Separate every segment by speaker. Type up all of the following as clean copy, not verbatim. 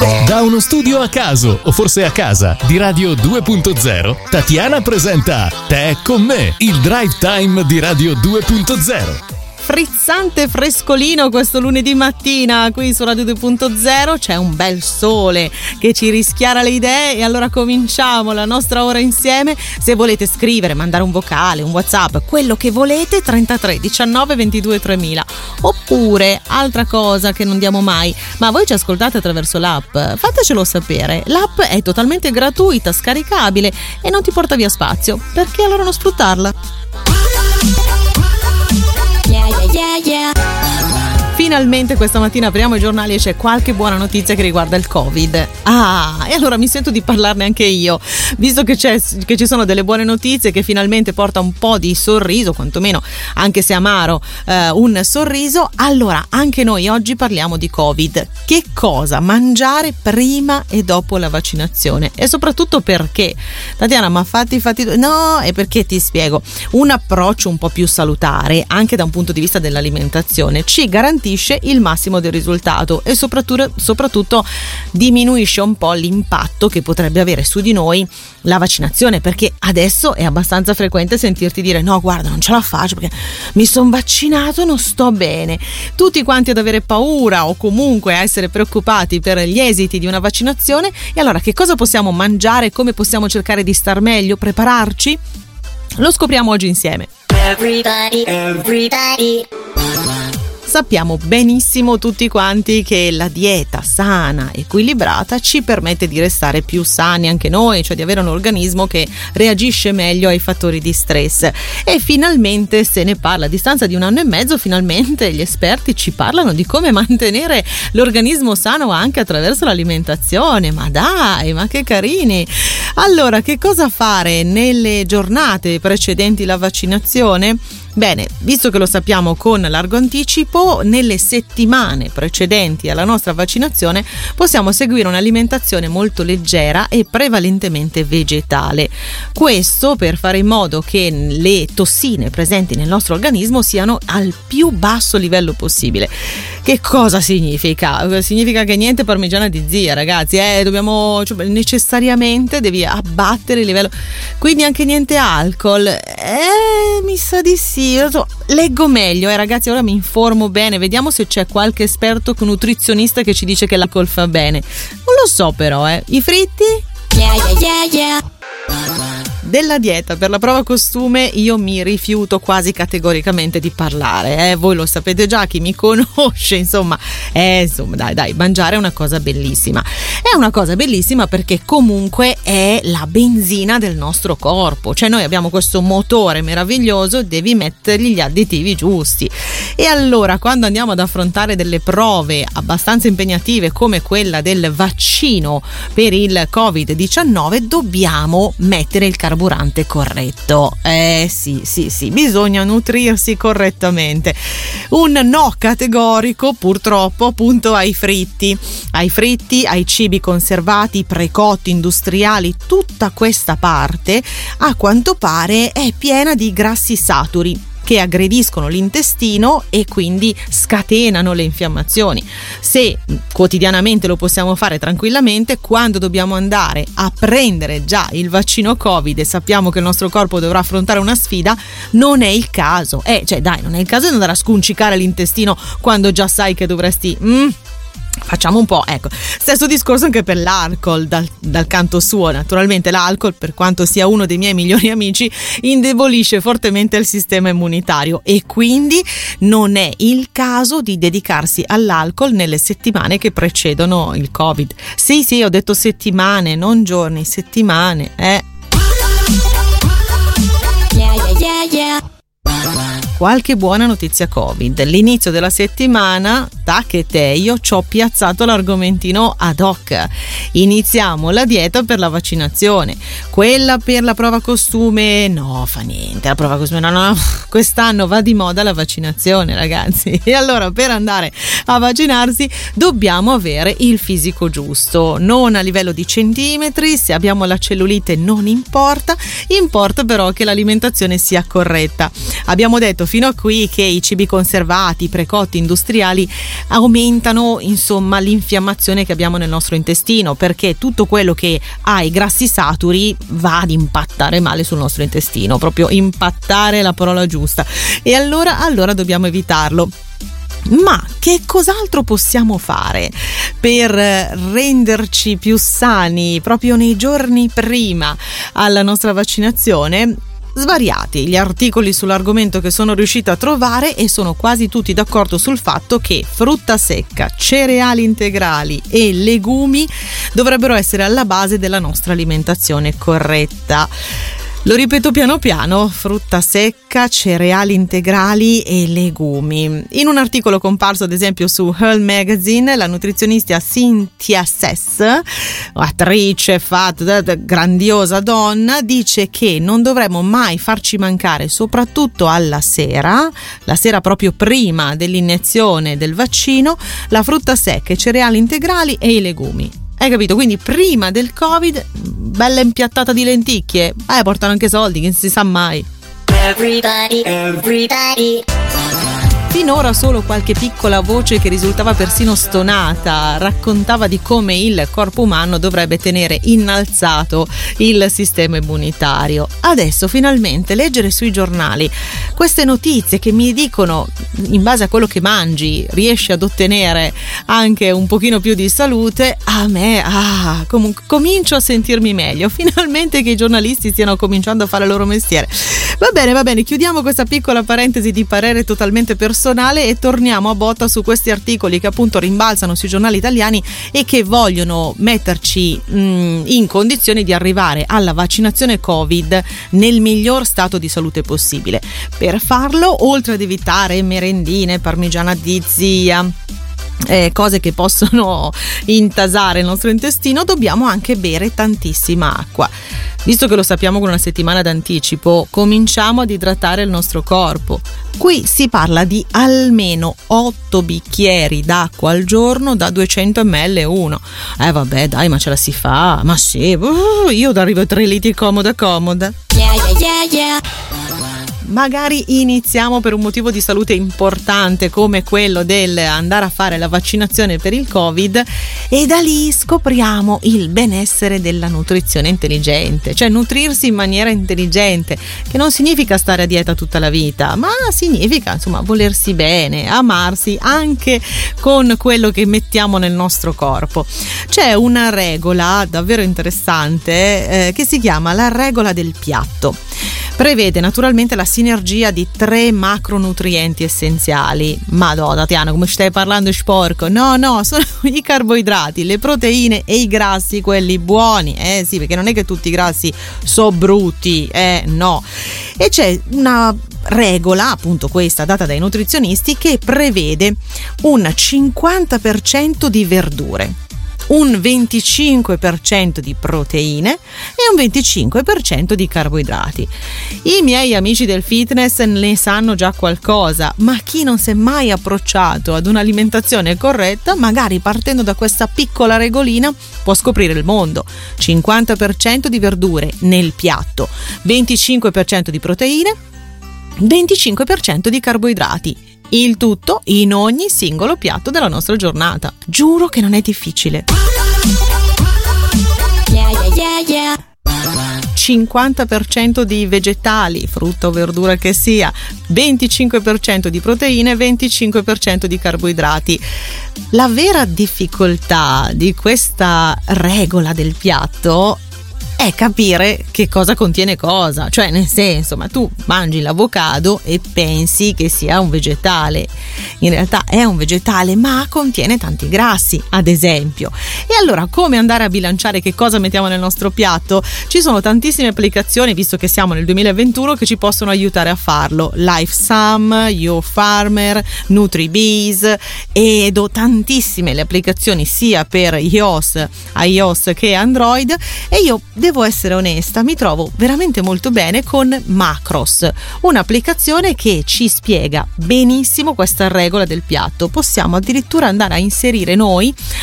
Speaker 1: Da uno studio a caso, o forse a casa, di Radio 2.0, Tatiana presenta Te con me, il drive time di Radio 2.0.
Speaker 2: Frizzante frescolino questo lunedì mattina qui su Radio 2.0, c'è un bel sole che ci rischiara le idee e allora cominciamo la nostra ora insieme. Se volete scrivere, mandare un vocale, un WhatsApp, quello che volete, 33 19 22 3000. Oppure, altra cosa che non diamo mai, ma voi ci ascoltate attraverso l'app, fatecelo sapere. L'app è totalmente gratuita, scaricabile e non ti porta via spazio, perché allora non sfruttarla? Finalmente questa mattina apriamo i giornali e c'è qualche buona notizia che riguarda il Covid. E allora mi sento di parlarne anche io, visto che ci sono delle buone notizie che finalmente porta un po' di sorriso, quantomeno, anche se amaro, un sorriso. Allora anche noi oggi parliamo di Covid. Che cosa mangiare prima e dopo la vaccinazione? E soprattutto perché? Tatiana, ma fatti no, è perché ti spiego. Un approccio un po' più salutare, anche da un punto di vista dell'alimentazione, ci garantisce il massimo del risultato e soprattutto diminuisce un po' l'impatto che potrebbe avere su di noi la vaccinazione, perché adesso è abbastanza frequente sentirti dire no, guarda, non ce la faccio perché mi sono vaccinato, non sto bene. Tutti quanti ad avere paura o comunque a essere preoccupati per gli esiti di una vaccinazione. E allora che cosa possiamo mangiare? Come possiamo cercare di star meglio, prepararci? Lo scopriamo oggi insieme. Everybody. Sappiamo benissimo tutti quanti che la dieta sana, equilibrata, ci permette di restare più sani anche noi, cioè di avere un organismo che reagisce meglio ai fattori di stress. E finalmente se ne parla, a distanza di 1 anno e mezzo, finalmente gli esperti ci parlano di come mantenere l'organismo sano anche attraverso l'alimentazione. Ma dai, ma che carini! Allora, che cosa fare nelle giornate precedenti la vaccinazione? Bene, visto che lo sappiamo con largo anticipo, nelle settimane precedenti alla nostra vaccinazione possiamo seguire un'alimentazione molto leggera e prevalentemente vegetale. Questo per fare in modo che le tossine presenti nel nostro organismo siano al più basso livello possibile. Che cosa significa? Significa che niente parmigiana di zia, ragazzi, necessariamente devi abbattere il livello, quindi anche niente alcol. Mi sa di sì. Leggo meglio, ragazzi, ora mi informo bene, vediamo se c'è qualche esperto nutrizionista che ci dice che l'alcol fa bene. Non lo so però, I fritti? Yeah. Della dieta per la prova costume io mi rifiuto quasi categoricamente di parlare, voi lo sapete già, chi mi conosce, insomma dai, mangiare è una cosa bellissima. È una cosa bellissima perché comunque è la benzina del nostro corpo, cioè noi abbiamo questo motore meraviglioso, devi mettergli gli additivi giusti. E allora quando andiamo ad affrontare delle prove abbastanza impegnative come quella del vaccino per il Covid-19 dobbiamo mettere il carburante corretto. Sì, bisogna nutrirsi correttamente. Un no categorico purtroppo appunto ai fritti, ai cibi conservati, precotti, industriali. Tutta questa parte a quanto pare è piena di grassi saturi che aggrediscono l'intestino e quindi scatenano le infiammazioni. Se quotidianamente lo possiamo fare tranquillamente, quando dobbiamo andare a prendere già il vaccino Covid e sappiamo che il nostro corpo dovrà affrontare una sfida, non è il caso. Non è il caso di andare a scuncicare l'intestino quando già sai che dovresti facciamo un po', stesso discorso anche per l'alcol dal canto suo. Naturalmente l'alcol, per quanto sia uno dei miei migliori amici, indebolisce fortemente il sistema immunitario e quindi non è il caso di dedicarsi all'alcol nelle settimane che precedono il Covid. Sì, ho detto settimane, non giorni, settimane, Qualche buona notizia Covid. L'inizio della settimana, io ci ho piazzato l'argomentino ad hoc. Iniziamo la dieta per la vaccinazione. Quella per la prova costume, no, fa niente. La prova costume, no. Quest'anno va di moda la vaccinazione, ragazzi. E allora per andare a vaccinarsi dobbiamo avere il fisico giusto. Non a livello di centimetri, se abbiamo la cellulite non importa però che l'alimentazione sia corretta. Abbiamo detto fino a qui che i cibi conservati, precotti, industriali aumentano insomma l'infiammazione che abbiamo nel nostro intestino, perché tutto quello che ha i grassi saturi va ad impattare male sul nostro intestino, proprio impattare è la parola giusta, e allora dobbiamo evitarlo. Ma che cos'altro possiamo fare per renderci più sani proprio nei giorni prima alla nostra vaccinazione? Svariati gli articoli sull'argomento che sono riuscita a trovare, e sono quasi tutti d'accordo sul fatto che frutta secca, cereali integrali e legumi dovrebbero essere alla base della nostra alimentazione corretta. Lo ripeto piano piano: frutta secca, cereali integrali e legumi. In un articolo comparso ad esempio su Health Magazine, la nutrizionista Cynthia Sess, attrice, grandiosa donna, dice che non dovremmo mai farci mancare, soprattutto alla sera proprio prima dell'iniezione del vaccino, la frutta secca, i cereali integrali e i legumi. Hai capito? Quindi prima del Covid, bella impiattata di lenticchie, portano anche soldi, che non si sa mai. Everybody. Finora solo qualche piccola voce che risultava persino stonata raccontava di come il corpo umano dovrebbe tenere innalzato il sistema immunitario. Adesso finalmente leggere sui giornali queste notizie che mi dicono in base a quello che mangi riesci ad ottenere anche un pochino più di salute, a me comincio a sentirmi meglio. Finalmente che i giornalisti stiano cominciando a fare il loro mestiere. Va bene, chiudiamo questa piccola parentesi di parere totalmente personale e torniamo a botta su questi articoli che appunto rimbalzano sui giornali italiani e che vogliono metterci in condizione di arrivare alla vaccinazione Covid nel miglior stato di salute possibile. Per farlo, oltre ad evitare merendine, parmigiana di zia, cose che possono intasare il nostro intestino, dobbiamo anche bere tantissima acqua. Visto che lo sappiamo con una settimana d'anticipo, cominciamo ad idratare il nostro corpo. Qui si parla di almeno 8 bicchieri d'acqua al giorno da 200 ml uno. Vabbè, dai, ma ce la si fa. Ma sì, io arrivo a 3 litri comoda. Yeah. Magari iniziamo per un motivo di salute importante come quello del andare a fare la vaccinazione per il Covid, e da lì scopriamo il benessere della nutrizione intelligente, cioè nutrirsi in maniera intelligente, che non significa stare a dieta tutta la vita, ma significa insomma volersi bene, amarsi anche con quello che mettiamo nel nostro corpo. C'è una regola davvero interessante che si chiama la regola del piatto. Prevede naturalmente la sinergia di 3 macronutrienti essenziali. Madonna, Tatiana, come stai parlando sporco? No, sono i carboidrati, le proteine e i grassi, quelli buoni. Sì, perché non è che tutti i grassi sono brutti, no. E c'è una regola, appunto questa data dai nutrizionisti, che prevede un 50% di verdure, un 25% di proteine e un 25% di carboidrati. I miei amici del fitness ne sanno già qualcosa, ma chi non si è mai approcciato ad un'alimentazione corretta, magari partendo da questa piccola regolina, può scoprire il mondo. 50% di verdure nel piatto, 25% di proteine, 25% di carboidrati. Il tutto in ogni singolo piatto della nostra giornata. Giuro che non è difficile. 50% di vegetali, frutta o verdura che sia, 25% di proteine, 25% di carboidrati. La vera difficoltà di questa regola del piatto è capire che cosa contiene cosa, cioè nel senso, ma tu mangi l'avocado e pensi che sia un vegetale, in realtà è un vegetale ma contiene tanti grassi, ad esempio. E allora come andare a bilanciare che cosa mettiamo nel nostro piatto? Ci sono tantissime applicazioni, visto che siamo nel 2021, che ci possono aiutare a farlo. LifeSum, YoFarmer, NutriBees, ed ho tantissime le applicazioni sia per iOS che Android, e io devo essere onesta, mi trovo veramente molto bene con Macros, un'applicazione che ci spiega benissimo questa regola del piatto. Possiamo addirittura andare a inserire noi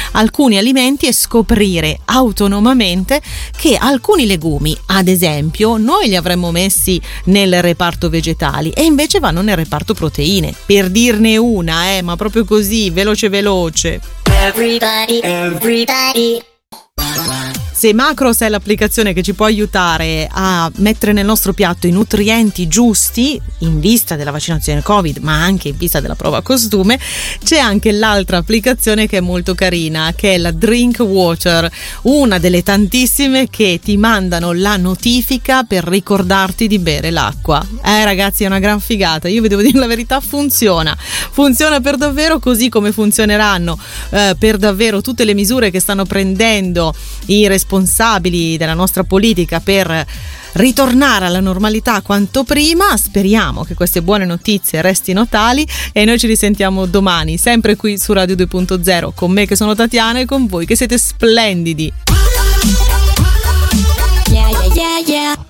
Speaker 2: alcuni alimenti e scoprire autonomamente che alcuni legumi, ad esempio, noi li avremmo messi nel reparto vegetali e invece vanno nel reparto proteine, per dirne una, ma proprio così, veloce. Everybody. Se Macros è l'applicazione che ci può aiutare a mettere nel nostro piatto i nutrienti giusti in vista della vaccinazione Covid, ma anche in vista della prova costume, c'è anche l'altra applicazione che è molto carina, che è la Drink Water, una delle tantissime che ti mandano la notifica per ricordarti di bere l'acqua. Ragazzi, è una gran figata, io vi devo dire la verità, funziona per davvero, così come funzioneranno per davvero tutte le misure che stanno prendendo i responsabili della nostra politica per ritornare alla normalità quanto prima. Speriamo che queste buone notizie restino tali e noi ci risentiamo domani, sempre qui su Radio 2.0, con me che sono Tatiana e con voi che siete splendidi. Yeah.